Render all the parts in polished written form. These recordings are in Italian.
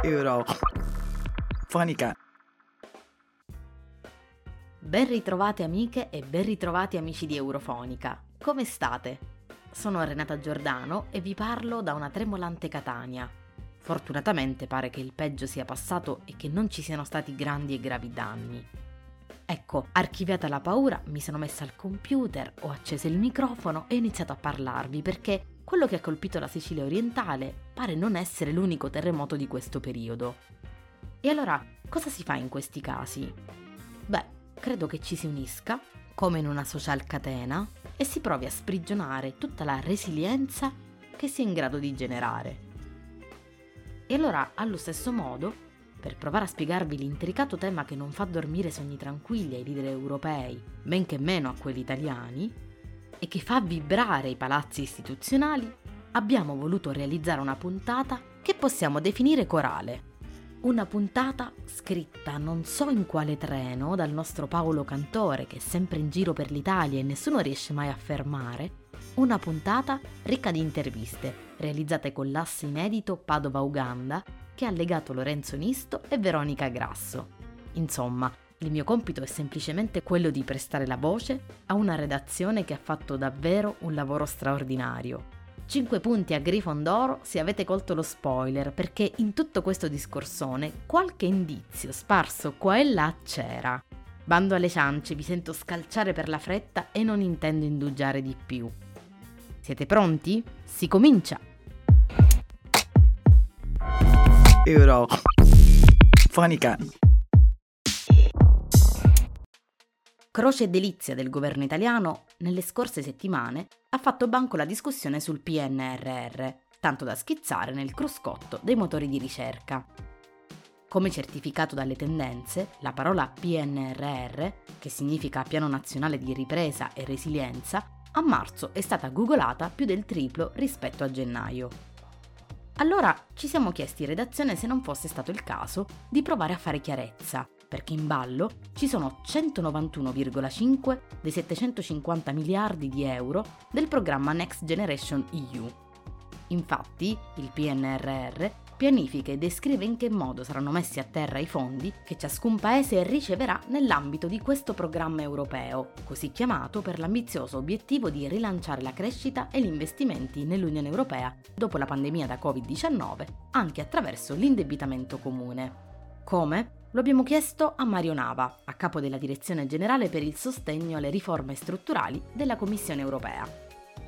Eurofonica. Ben ritrovate amiche e ben ritrovati amici di Eurofonica. Come state? Sono Renata Giordano e vi parlo da una tremolante Catania. Fortunatamente pare che il peggio sia passato e che non ci siano stati grandi e gravi danni. Ecco, archiviata la paura, mi sono messa al computer, ho acceso il microfono e ho iniziato a parlarvi perché quello che ha colpito la Sicilia orientale pare non essere l'unico terremoto di questo periodo. E allora, cosa si fa in questi casi? Beh, credo che ci si unisca, come in una social catena, e si provi a sprigionare tutta la resilienza che si è in grado di generare. E allora, allo stesso modo, per provare a spiegarvi l'intricato tema che non fa dormire sogni tranquilli ai leader europei, men che meno a quelli italiani, e che fa vibrare i palazzi istituzionali, abbiamo voluto realizzare una puntata che possiamo definire corale. Una puntata scritta non so in quale treno dal nostro Paolo Cantore, che è sempre in giro per l'Italia e nessuno riesce mai a fermare. Una puntata ricca di interviste, realizzate con l'asse inedito Padova-Uganda, che ha legato Lorenzo Nisto e Veronica Grasso. Insomma, il mio compito è semplicemente quello di prestare la voce a una redazione che ha fatto davvero un lavoro straordinario. 5 punti a Grifondoro se avete colto lo spoiler, perché in tutto questo discorsone qualche indizio sparso qua e là c'era. Bando alle ciance, vi sento scalciare per la fretta e non intendo indugiare di più. Siete pronti? Si comincia! Eurofonica. Croce e delizia del governo italiano, nelle scorse settimane ha fatto banco la discussione sul PNRR, tanto da schizzare nel cruscotto dei motori di ricerca. Come certificato dalle tendenze, la parola PNRR, che significa Piano Nazionale di Ripresa e Resilienza, a marzo è stata googolata più del triplo rispetto a gennaio. Allora ci siamo chiesti in redazione se non fosse stato il caso di provare a fare chiarezza, perché in ballo ci sono 191,5 dei 750 miliardi di euro del programma Next Generation EU. Infatti, il PNRR pianifica e descrive in che modo saranno messi a terra i fondi che ciascun paese riceverà nell'ambito di questo programma europeo, così chiamato per l'ambizioso obiettivo di rilanciare la crescita e gli investimenti nell'Unione Europea dopo la pandemia da Covid-19, anche attraverso l'indebitamento comune. Come? Lo abbiamo chiesto a Mario Nava, a capo della Direzione Generale per il Sostegno alle Riforme Strutturali della Commissione Europea.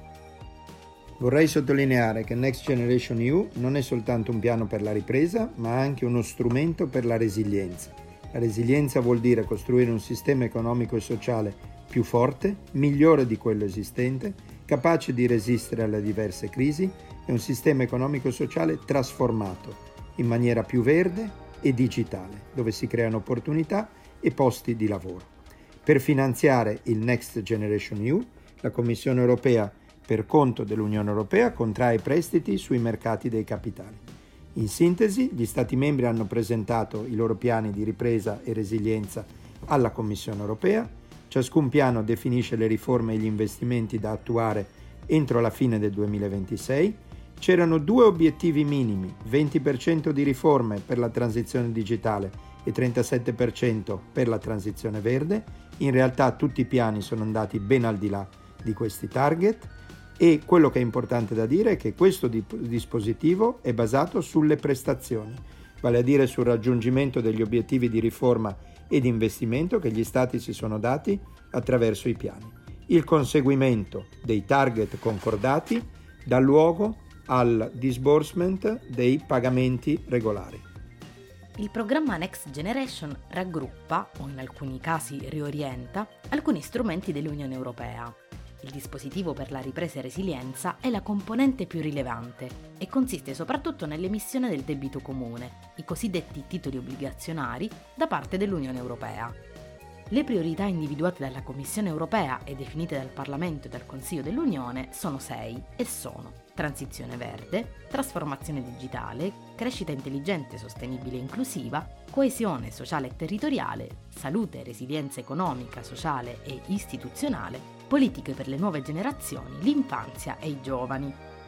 Vorrei sottolineare che Next Generation EU non è soltanto un piano per la ripresa, ma anche uno strumento per la resilienza. La resilienza vuol dire costruire un sistema economico e sociale più forte, migliore di quello esistente, capace di resistere alle diverse crisi e un sistema economico e sociale trasformato, in maniera più verde e digitale, dove si creano opportunità e posti di lavoro. Per finanziare il Next Generation EU, la Commissione Europea per conto dell'Unione Europea contrae prestiti sui mercati dei capitali. In sintesi, gli Stati membri hanno presentato i loro piani di ripresa e resilienza alla Commissione Europea. Ciascun piano definisce le riforme e gli investimenti da attuare entro la fine del 2026. C'erano 2 obiettivi minimi: 20% di riforme per la transizione digitale e 37% per la transizione verde. In realtà tutti i piani sono andati ben al di là di questi target. E quello che è importante da dire è che questo dispositivo è basato sulle prestazioni, vale a dire sul raggiungimento degli obiettivi di riforma e di investimento che gli Stati si sono dati attraverso i piani. Il conseguimento dei target concordati dà luogo al disbursement dei pagamenti regolari. Il programma Next Generation raggruppa, o in alcuni casi riorienta, alcuni strumenti dell'Unione Europea. Il dispositivo per la ripresa e resilienza è la componente più rilevante e consiste soprattutto nell'emissione del debito comune, i cosiddetti titoli obbligazionari, da parte dell'Unione Europea. Le priorità individuate dalla Commissione Europea e definite dal Parlamento e dal Consiglio dell'Unione sono 6 e sono: transizione verde, trasformazione digitale, crescita intelligente, sostenibile e inclusiva, coesione sociale e territoriale, salute e resilienza economica, sociale e istituzionale, politiche per le nuove generazioni, l'infanzia e i giovani.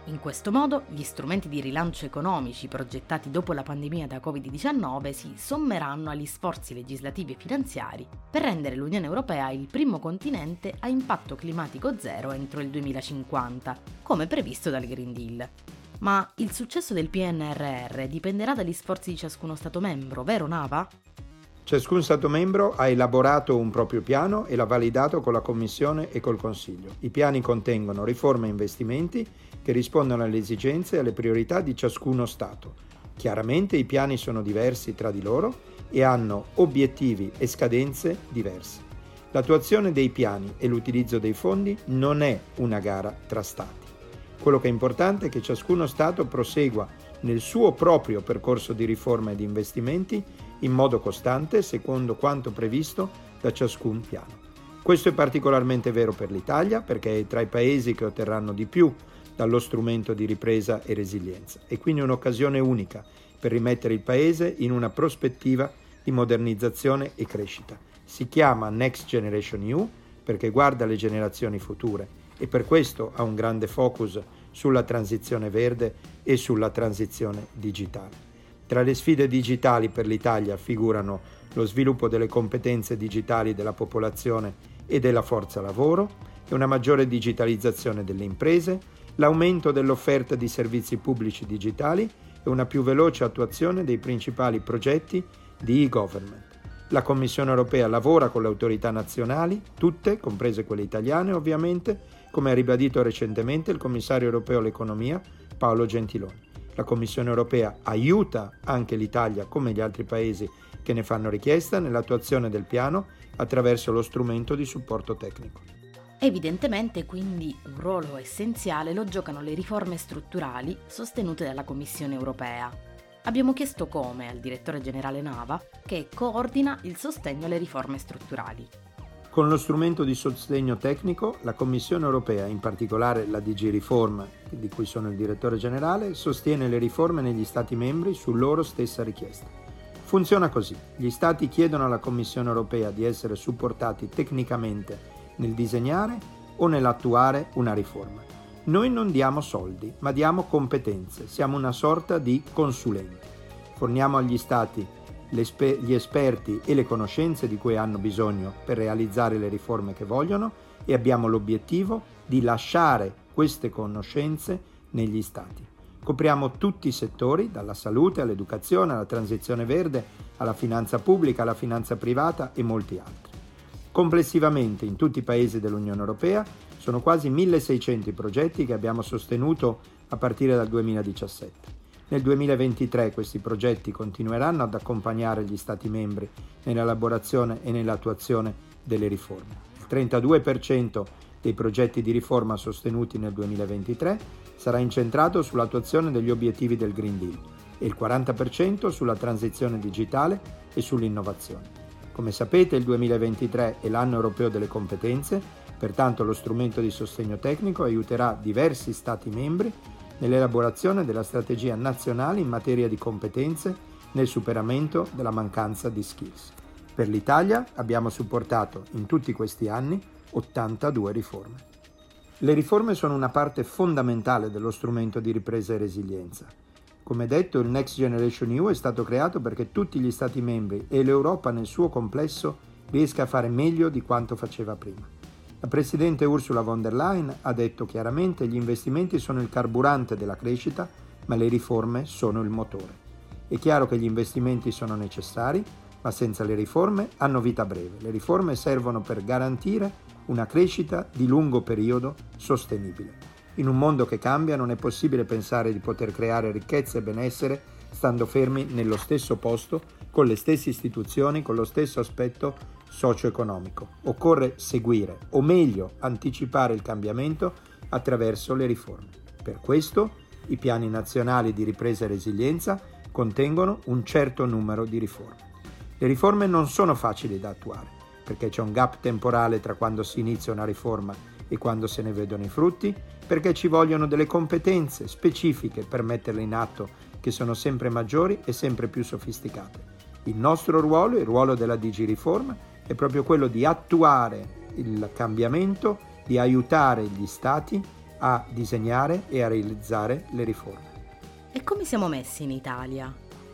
In questo modo gli strumenti di rilancio economici progettati dopo la pandemia da Covid-19 si sommeranno agli sforzi legislativi e finanziari per rendere l'Unione Europea il primo continente a impatto climatico zero entro il 2050, come previsto dal Green Deal. Ma il successo del PNRR dipenderà dagli sforzi di ciascuno Stato membro, vero Nava? Ciascun Stato membro ha elaborato un proprio piano e l'ha validato con la Commissione e col Consiglio. I piani contengono riforme e investimenti che rispondono alle esigenze e alle priorità di ciascuno Stato. Chiaramente i piani sono diversi tra di loro e hanno obiettivi e scadenze diverse. L'attuazione dei piani e l'utilizzo dei fondi non è una gara tra Stati. Quello che è importante è che ciascuno Stato prosegua nel suo proprio percorso di riforma e di investimenti in modo costante, secondo quanto previsto da ciascun piano. Questo è particolarmente vero per l'Italia, perché è tra i paesi che otterranno di più dallo strumento di ripresa e resilienza, e quindi un'occasione unica per rimettere il Paese in una prospettiva di modernizzazione e crescita. Si chiama Next Generation EU perché guarda alle generazioni future e per questo ha un grande focus sulla transizione verde e sulla transizione digitale. Tra le sfide digitali per l'Italia figurano lo sviluppo delle competenze digitali della popolazione e della forza lavoro e una maggiore digitalizzazione delle imprese, l'aumento dell'offerta di servizi pubblici digitali e una più veloce attuazione dei principali progetti di e-government. La Commissione europea lavora con le autorità nazionali, tutte, comprese quelle italiane ovviamente, come ha ribadito recentemente il commissario europeo all'economia Paolo Gentiloni. La Commissione europea aiuta anche l'Italia, come gli altri paesi che ne fanno richiesta, nell'attuazione del piano attraverso lo strumento di supporto tecnico. Evidentemente, quindi, un ruolo essenziale lo giocano le riforme strutturali sostenute dalla Commissione europea. Abbiamo chiesto come al direttore generale Nava, che coordina il sostegno alle riforme strutturali. Con lo strumento di sostegno tecnico, la Commissione europea, in particolare la DG Riforma, di cui sono il direttore generale, sostiene le riforme negli Stati membri su loro stessa richiesta. Funziona così: gli Stati chiedono alla Commissione europea di essere supportati tecnicamente nel disegnare o nell'attuare una riforma. Noi non diamo soldi, ma diamo competenze, siamo una sorta di consulenti. Forniamo agli Stati gli esperti e le conoscenze di cui hanno bisogno per realizzare le riforme che vogliono e abbiamo l'obiettivo di lasciare queste conoscenze negli Stati. Copriamo tutti i settori, dalla salute all'educazione, alla transizione verde, alla finanza pubblica, alla finanza privata e molti altri. Complessivamente in tutti i paesi dell'Unione Europea sono quasi 1.600 i progetti che abbiamo sostenuto a partire dal 2017. Nel 2023 questi progetti continueranno ad accompagnare gli Stati membri nell'elaborazione e nell'attuazione delle riforme. Il 32% dei progetti di riforma sostenuti nel 2023 sarà incentrato sull'attuazione degli obiettivi del Green Deal e il 40% sulla transizione digitale e sull'innovazione. Come sapete, il 2023 è l'anno europeo delle competenze, pertanto lo strumento di sostegno tecnico aiuterà diversi Stati membri nell'elaborazione della strategia nazionale in materia di competenze nel superamento della mancanza di skills. Per l'Italia abbiamo supportato in tutti questi anni 82 riforme. Le riforme sono una parte fondamentale dello strumento di ripresa e resilienza. Come detto, il Next Generation EU è stato creato perché tutti gli Stati membri e l'Europa nel suo complesso riesca a fare meglio di quanto faceva prima. La Presidente Ursula von der Leyen ha detto chiaramente: gli investimenti sono il carburante della crescita, ma le riforme sono il motore. È chiaro che gli investimenti sono necessari, ma senza le riforme hanno vita breve. Le riforme servono per garantire una crescita di lungo periodo sostenibile. In un mondo che cambia non è possibile pensare di poter creare ricchezza e benessere stando fermi nello stesso posto, con le stesse istituzioni, con lo stesso aspetto socio-economico. Occorre seguire, o meglio anticipare il cambiamento attraverso le riforme. Per questo i piani nazionali di ripresa e resilienza contengono un certo numero di riforme. Le riforme non sono facili da attuare, perché c'è un gap temporale tra quando si inizia una riforma e quando se ne vedono i frutti, perché ci vogliono delle competenze specifiche per metterle in atto che sono sempre maggiori e sempre più sofisticate. Il nostro ruolo, il ruolo della DG Riforma, è proprio quello di attuare il cambiamento, di aiutare gli Stati a disegnare e a realizzare le riforme. E come siamo messi in Italia?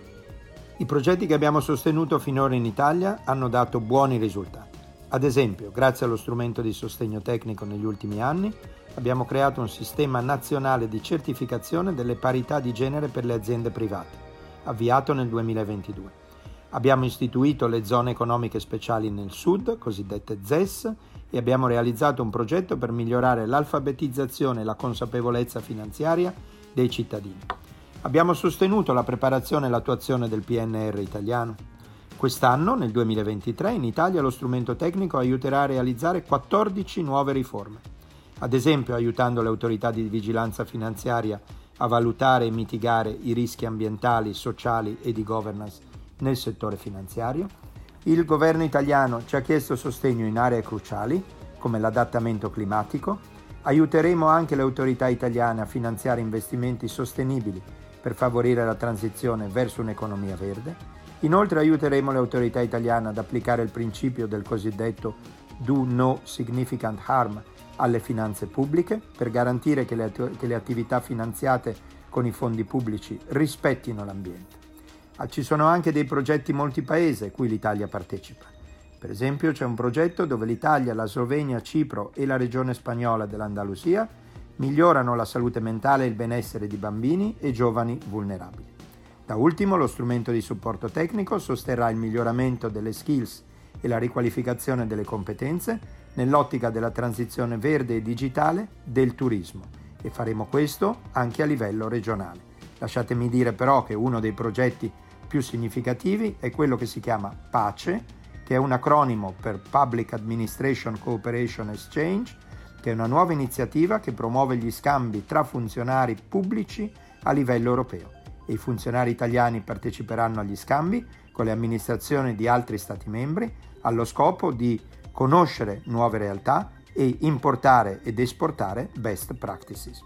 I progetti che abbiamo sostenuto finora in Italia hanno dato buoni risultati. Ad esempio, grazie allo strumento di sostegno tecnico negli ultimi anni, abbiamo creato un sistema nazionale di certificazione delle parità di genere per le aziende private, avviato nel 2022. Abbiamo istituito le zone economiche speciali nel sud, cosiddette ZES, e abbiamo realizzato un progetto per migliorare l'alfabetizzazione e la consapevolezza finanziaria dei cittadini. Abbiamo sostenuto la preparazione e l'attuazione del PNR italiano. Quest'anno, nel 2023, in Italia lo strumento tecnico aiuterà a realizzare 14 nuove riforme. Ad esempio, aiutando le autorità di vigilanza finanziaria a valutare e mitigare i rischi ambientali, sociali e di governance nel settore finanziario. Il governo italiano ci ha chiesto sostegno in aree cruciali, come l'adattamento climatico. Aiuteremo anche le autorità italiane a finanziare investimenti sostenibili per favorire la transizione verso un'economia verde. Inoltre aiuteremo le autorità italiane ad applicare il principio del cosiddetto Do No Significant Harm alle finanze pubbliche per garantire che le attività finanziate con i fondi pubblici rispettino l'ambiente. Ci sono anche dei progetti multipaese a cui l'Italia partecipa. Per esempio c'è un progetto dove l'Italia, la Slovenia, Cipro e la regione spagnola dell'Andalusia migliorano la salute mentale e il benessere di bambini e giovani vulnerabili. Da ultimo, lo strumento di supporto tecnico sosterrà il miglioramento delle skills e la riqualificazione delle competenze nell'ottica della transizione verde e digitale del turismo, e faremo questo anche a livello regionale. Lasciatemi dire però che uno dei progetti più significativi è quello che si chiama PACE, che è un acronimo per Public Administration Cooperation Exchange, che è una nuova iniziativa che promuove gli scambi tra funzionari pubblici a livello europeo. E i funzionari italiani parteciperanno agli scambi con le amministrazioni di altri Stati membri allo scopo di conoscere nuove realtà e importare ed esportare best practices.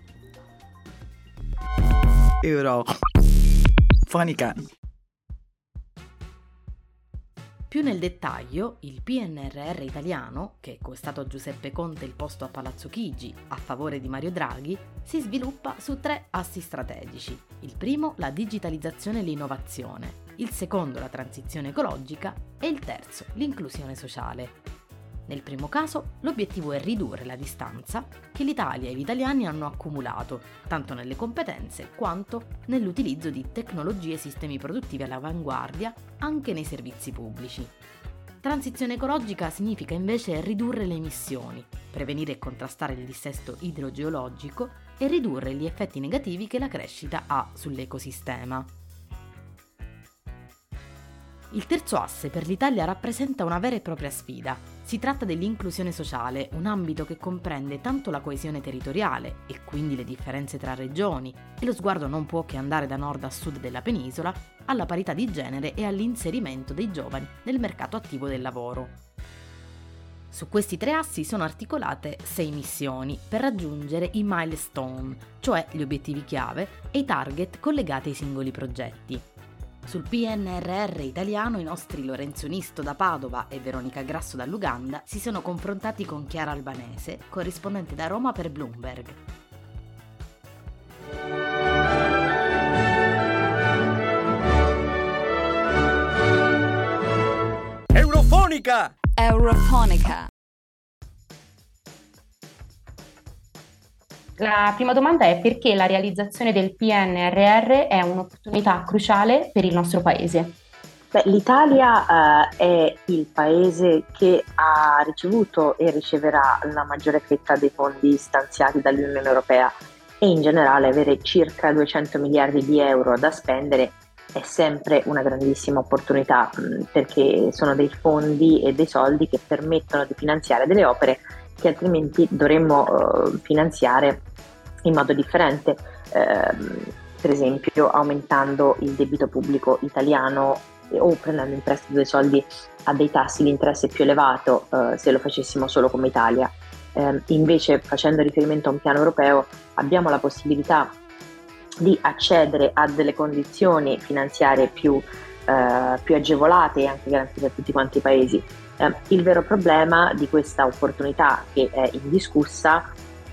Eurofonica. Più nel dettaglio, il PNRR italiano, che è costato a Giuseppe Conte il posto a Palazzo Chigi a favore di Mario Draghi, si sviluppa su 3 assi strategici. Il primo, la digitalizzazione e l'innovazione, il secondo, la transizione ecologica e il terzo, l'inclusione sociale. Nel primo caso, l'obiettivo è ridurre la distanza che l'Italia e gli italiani hanno accumulato, tanto nelle competenze quanto nell'utilizzo di tecnologie e sistemi produttivi all'avanguardia anche nei servizi pubblici. Transizione ecologica significa invece ridurre le emissioni, prevenire e contrastare il dissesto idrogeologico e ridurre gli effetti negativi che la crescita ha sull'ecosistema. Il terzo asse per l'Italia rappresenta una vera e propria sfida. Si tratta dell'inclusione sociale, un ambito che comprende tanto la coesione territoriale e quindi le differenze tra regioni, e lo sguardo non può che andare da nord a sud della penisola, alla parità di genere e all'inserimento dei giovani nel mercato attivo del lavoro. Su questi 3 assi sono articolate 6 missioni per raggiungere i milestone, cioè gli obiettivi chiave e i target collegati ai singoli progetti. Sul PNRR italiano i nostri Lorenzo Nisto da Padova e Veronica Grasso dall'Uganda si sono confrontati con Chiara Albanese, corrispondente da Roma per Bloomberg. Eurofonica. La prima domanda è: perché la realizzazione del PNRR è un'opportunità cruciale per il nostro paese? L'Italia è il paese che ha ricevuto e riceverà la maggiore fetta dei fondi stanziati dall'Unione Europea, e in generale avere circa 200 miliardi di euro da spendere è sempre una grandissima opportunità, perché sono dei fondi e dei soldi che permettono di finanziare delle opere che altrimenti dovremmo finanziare in modo differente, per esempio aumentando il debito pubblico italiano o prendendo in prestito dei soldi a dei tassi di interesse più elevato, se lo facessimo solo come Italia. Invece, facendo riferimento a un piano europeo, abbiamo la possibilità di accedere a delle condizioni finanziarie più agevolate e anche garantite a tutti quanti i paesi. Il vero problema di questa opportunità che è indiscussa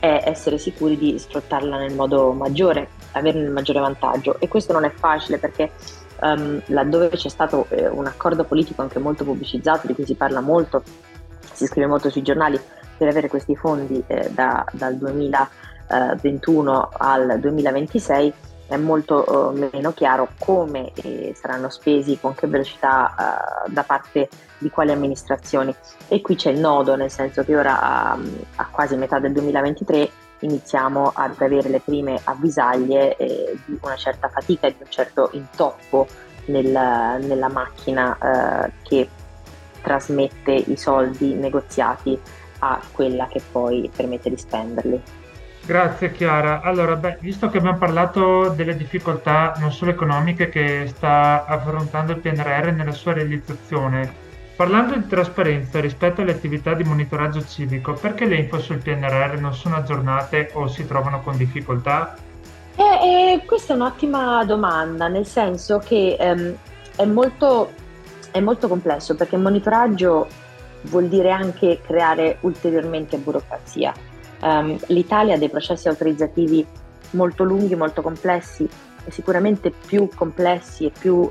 è essere sicuri di sfruttarla nel modo maggiore, averne il maggiore vantaggio. E questo non è facile perché laddove c'è stato un accordo politico anche molto pubblicizzato, di cui si parla molto, si scrive molto sui giornali, per avere questi fondi dal 2021 al 2026, è molto meno chiaro come saranno spesi, con che velocità, da parte di quali amministrazioni. E qui c'è il nodo, nel senso che ora a quasi metà del 2023 iniziamo ad avere le prime avvisaglie di una certa fatica e di un certo intoppo nella macchina che trasmette i soldi negoziati a quella che poi permette di spenderli. Grazie Chiara. Allora, visto che abbiamo parlato delle difficoltà non solo economiche che sta affrontando il PNRR nella sua realizzazione, parlando di trasparenza rispetto alle attività di monitoraggio civico, perché le info sul PNRR non sono aggiornate o si trovano con difficoltà? Questa è un'ottima domanda, nel senso che è molto complesso, perché il monitoraggio vuol dire anche creare ulteriormente burocrazia. L'Italia ha dei processi autorizzativi molto lunghi, molto complessi, e sicuramente più complessi e più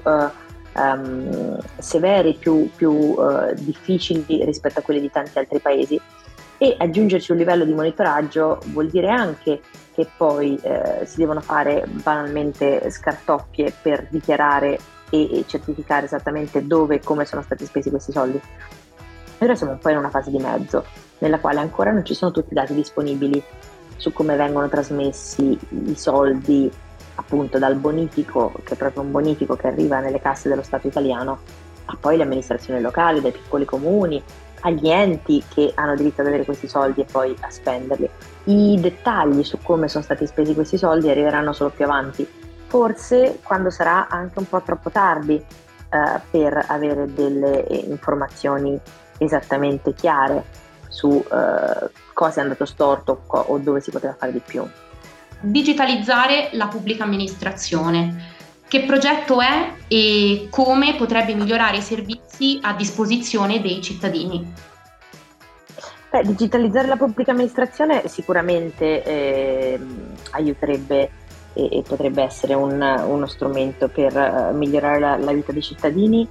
severi, più difficili rispetto a quelli di tanti altri paesi. E aggiungerci un livello di monitoraggio vuol dire anche che poi si devono fare banalmente scartoffie per dichiarare e certificare esattamente dove e come sono stati spesi questi soldi. E ora siamo un po' in una fase di mezzo, nella quale ancora non ci sono tutti i dati disponibili su come vengono trasmessi i soldi, appunto dal bonifico, che è proprio un bonifico che arriva nelle casse dello Stato italiano, a poi le amministrazioni locali, dai piccoli comuni, agli enti che hanno diritto ad avere questi soldi e poi a spenderli. I dettagli su come sono stati spesi questi soldi arriveranno solo più avanti, forse quando sarà anche un po' troppo tardi per avere delle informazioni esattamente chiare su cosa è andato storto o dove si poteva fare di più. Digitalizzare la pubblica amministrazione. Che progetto è e come potrebbe migliorare i servizi a disposizione dei cittadini? Digitalizzare la pubblica amministrazione sicuramente aiuterebbe e potrebbe essere uno strumento per migliorare la vita dei cittadini.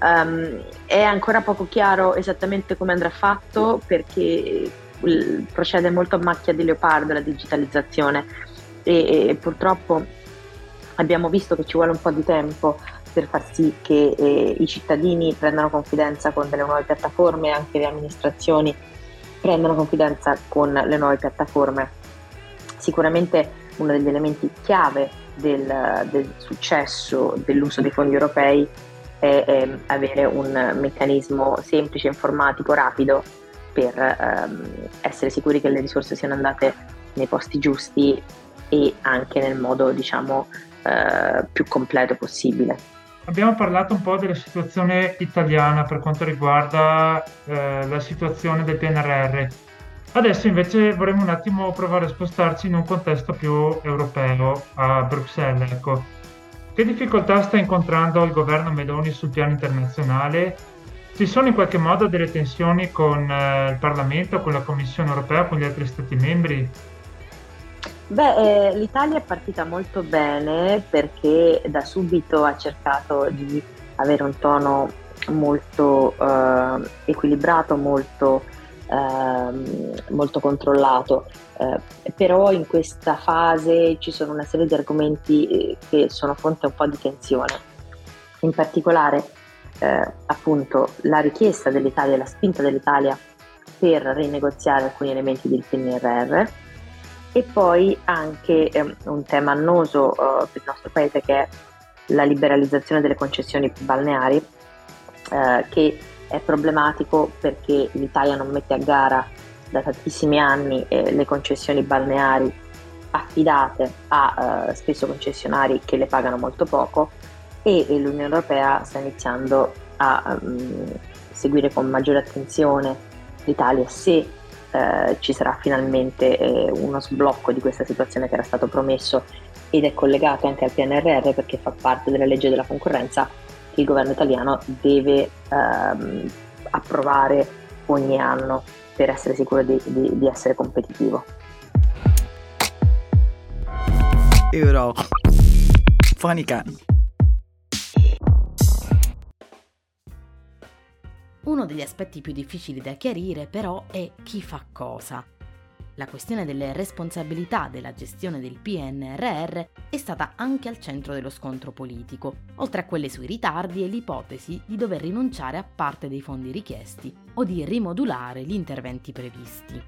È ancora poco chiaro esattamente come andrà fatto, perché procede molto a macchia di leopardo la digitalizzazione e purtroppo abbiamo visto che ci vuole un po' di tempo per far sì che i cittadini prendano confidenza con delle nuove piattaforme, anche le amministrazioni prendano confidenza con le nuove piattaforme. Sicuramente uno degli elementi chiave del successo dell'uso dei fondi europei è avere un meccanismo semplice, informatico, rapido, per essere sicuri che le risorse siano andate nei posti giusti e anche nel modo, diciamo, più completo possibile. Abbiamo parlato un po' della situazione italiana per quanto riguarda la situazione del PNRR. Adesso invece vorremmo un attimo provare a spostarci in un contesto più europeo, a Bruxelles. Ecco. Che difficoltà sta incontrando il governo Meloni sul piano internazionale? Ci sono in qualche modo delle tensioni con il Parlamento, con la Commissione europea, con gli altri Stati membri? L'Italia è partita molto bene, perché da subito ha cercato di avere un tono molto equilibrato, molto controllato, però in questa fase ci sono una serie di argomenti che sono fonte un po' di tensione, in particolare appunto la richiesta dell'Italia, la spinta dell'Italia per rinegoziare alcuni elementi del PNRR, e poi anche un tema annoso per il nostro paese, che è la liberalizzazione delle concessioni balneari, che è problematico perché l'Italia non mette a gara da tantissimi anni le concessioni balneari affidate a spesso concessionari che le pagano molto poco, e l'Unione Europea sta iniziando a seguire con maggiore attenzione l'Italia se ci sarà finalmente uno sblocco di questa situazione che era stato promesso ed è collegato anche al PNRR, perché fa parte della legge della concorrenza che il governo italiano deve approvare ogni anno per essere sicuro di essere competitivo. Eurofonica. Uno degli aspetti più difficili da chiarire però è chi fa cosa. La questione delle responsabilità della gestione del PNRR è stata anche al centro dello scontro politico, oltre a quelle sui ritardi e l'ipotesi di dover rinunciare a parte dei fondi richiesti o di rimodulare gli interventi previsti.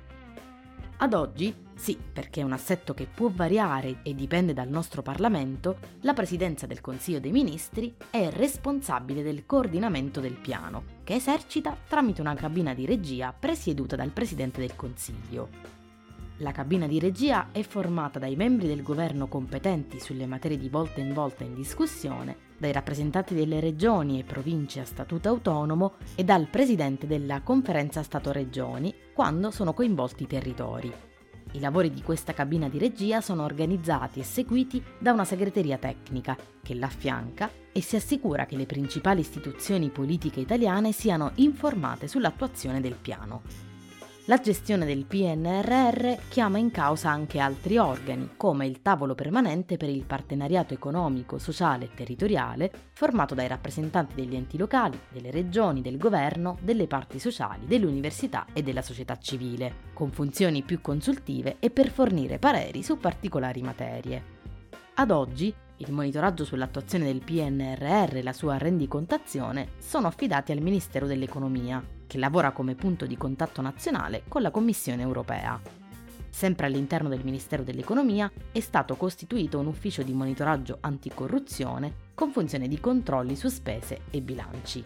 Ad oggi, sì, perché è un assetto che può variare e dipende dal nostro Parlamento, la Presidenza del Consiglio dei Ministri è responsabile del coordinamento del piano, che esercita tramite una cabina di regia presieduta dal Presidente del Consiglio. La cabina di regia è formata dai membri del governo competenti sulle materie di volta in discussione, dai rappresentanti delle regioni e province a statuto autonomo e dal presidente della Conferenza Stato-Regioni quando sono coinvolti i territori. I lavori di questa cabina di regia sono organizzati e seguiti da una segreteria tecnica che l'affianca e si assicura che le principali istituzioni politiche italiane siano informate sull'attuazione del piano. La gestione del PNRR chiama in causa anche altri organi, come il tavolo permanente per il partenariato economico, sociale e territoriale, formato dai rappresentanti degli enti locali, delle regioni, del governo, delle parti sociali, delle università e della società civile, con funzioni più consultive e per fornire pareri su particolari materie. Ad oggi, il monitoraggio sull'attuazione del PNRR e la sua rendicontazione sono affidati al Ministero dell'Economia, che lavora come punto di contatto nazionale con la Commissione europea. Sempre all'interno del Ministero dell'Economia è stato costituito un ufficio di monitoraggio anticorruzione con funzione di controlli su spese e bilanci.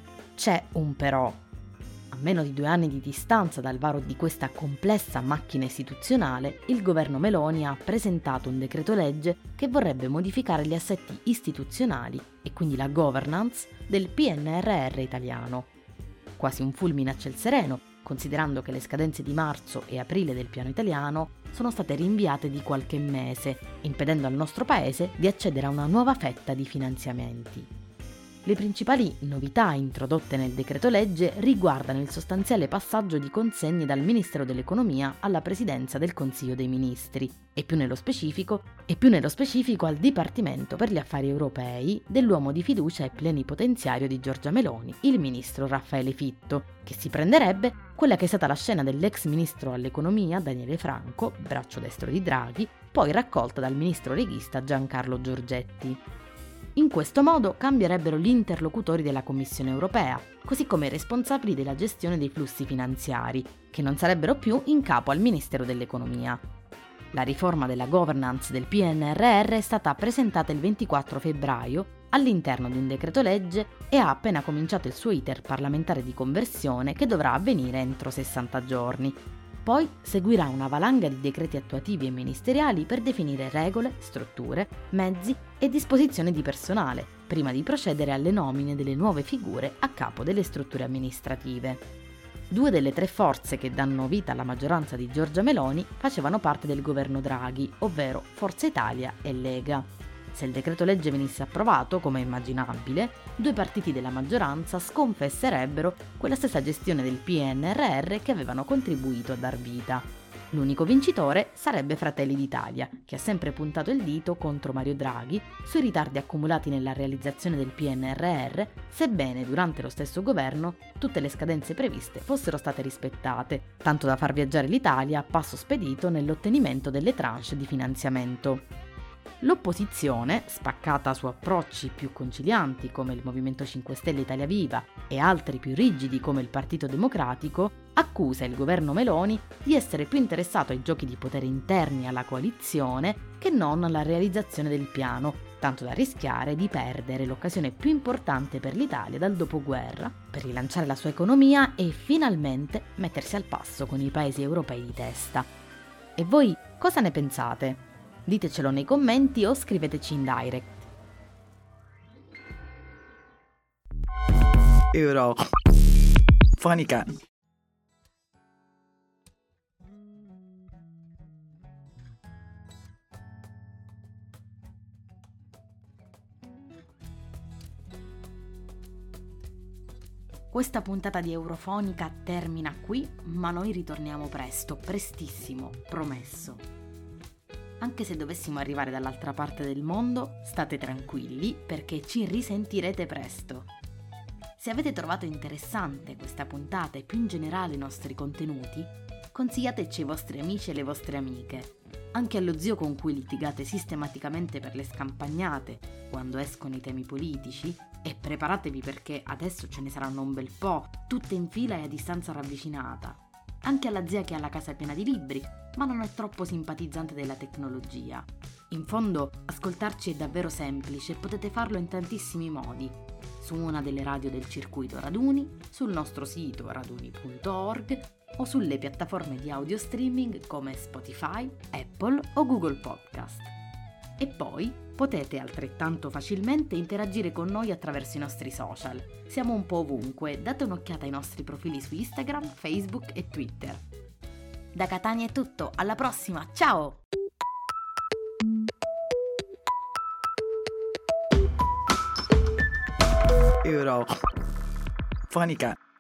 C'è un però. A meno di 2 anni di distanza dal varo di questa complessa macchina istituzionale, il governo Meloni ha presentato un decreto legge che vorrebbe modificare gli assetti istituzionali e quindi la governance del PNRR italiano. Quasi un fulmine a ciel sereno, considerando che le scadenze di marzo e aprile del piano italiano sono state rinviate di qualche mese, impedendo al nostro paese di accedere a una nuova fetta di finanziamenti. Le principali novità introdotte nel decreto legge riguardano il sostanziale passaggio di consegne dal Ministero dell'Economia alla Presidenza del Consiglio dei Ministri e più nello specifico al Dipartimento per gli Affari Europei dell'uomo di fiducia e plenipotenziario di Giorgia Meloni, il ministro Raffaele Fitto, che si prenderebbe quella che è stata la scena dell'ex ministro all'Economia Daniele Franco, braccio destro di Draghi, poi raccolta dal ministro leghista Giancarlo Giorgetti. In questo modo cambierebbero gli interlocutori della Commissione europea, così come i responsabili della gestione dei flussi finanziari, che non sarebbero più in capo al Ministero dell'Economia. La riforma della governance del PNRR è stata presentata il 24 febbraio all'interno di un decreto legge e ha appena cominciato il suo iter parlamentare di conversione che dovrà avvenire entro 60 giorni. Poi seguirà una valanga di decreti attuativi e ministeriali per definire regole, strutture, mezzi e disposizione di personale, prima di procedere alle nomine delle nuove figure a capo delle strutture amministrative. 2 delle 3 forze che danno vita alla maggioranza di Giorgia Meloni facevano parte del governo Draghi, ovvero Forza Italia e Lega. Se il decreto legge venisse approvato, come è immaginabile, 2 partiti della maggioranza sconfesserebbero quella stessa gestione del PNRR che avevano contribuito a dar vita. L'unico vincitore sarebbe Fratelli d'Italia, che ha sempre puntato il dito contro Mario Draghi sui ritardi accumulati nella realizzazione del PNRR, sebbene durante lo stesso governo tutte le scadenze previste fossero state rispettate, tanto da far viaggiare l'Italia a passo spedito nell'ottenimento delle tranche di finanziamento. L'opposizione, spaccata su approcci più concilianti come il Movimento 5 Stelle Italia Viva e altri più rigidi come il Partito Democratico, accusa il governo Meloni di essere più interessato ai giochi di potere interni alla coalizione che non alla realizzazione del piano, tanto da rischiare di perdere l'occasione più importante per l'Italia dal dopoguerra per rilanciare la sua economia e finalmente mettersi al passo con i paesi europei di testa. E voi cosa ne pensate? Ditecelo nei commenti o scriveteci in direct. Eurofonica. Questa puntata di Eurofonica termina qui, ma noi ritorniamo presto, prestissimo, promesso. Anche se dovessimo arrivare dall'altra parte del mondo, state tranquilli perché ci risentirete presto. Se avete trovato interessante questa puntata e più in generale i nostri contenuti, consigliateci ai vostri amici e alle vostre amiche. Anche allo zio con cui litigate sistematicamente per le scampagnate quando escono i temi politici, e preparatevi perché adesso ce ne saranno un bel po', tutte in fila e a distanza ravvicinata. Anche alla zia che ha la casa piena di libri, ma non è troppo simpatizzante della tecnologia. In fondo, ascoltarci è davvero semplice e potete farlo in tantissimi modi. Su una delle radio del circuito Raduni, sul nostro sito raduni.org o sulle piattaforme di audio streaming come Spotify, Apple o Google Podcast. E poi potete altrettanto facilmente interagire con noi attraverso i nostri social. Siamo un po' ovunque, date un'occhiata ai nostri profili su Instagram, Facebook e Twitter. Da Catania è tutto, alla prossima, ciao! Eurofonica.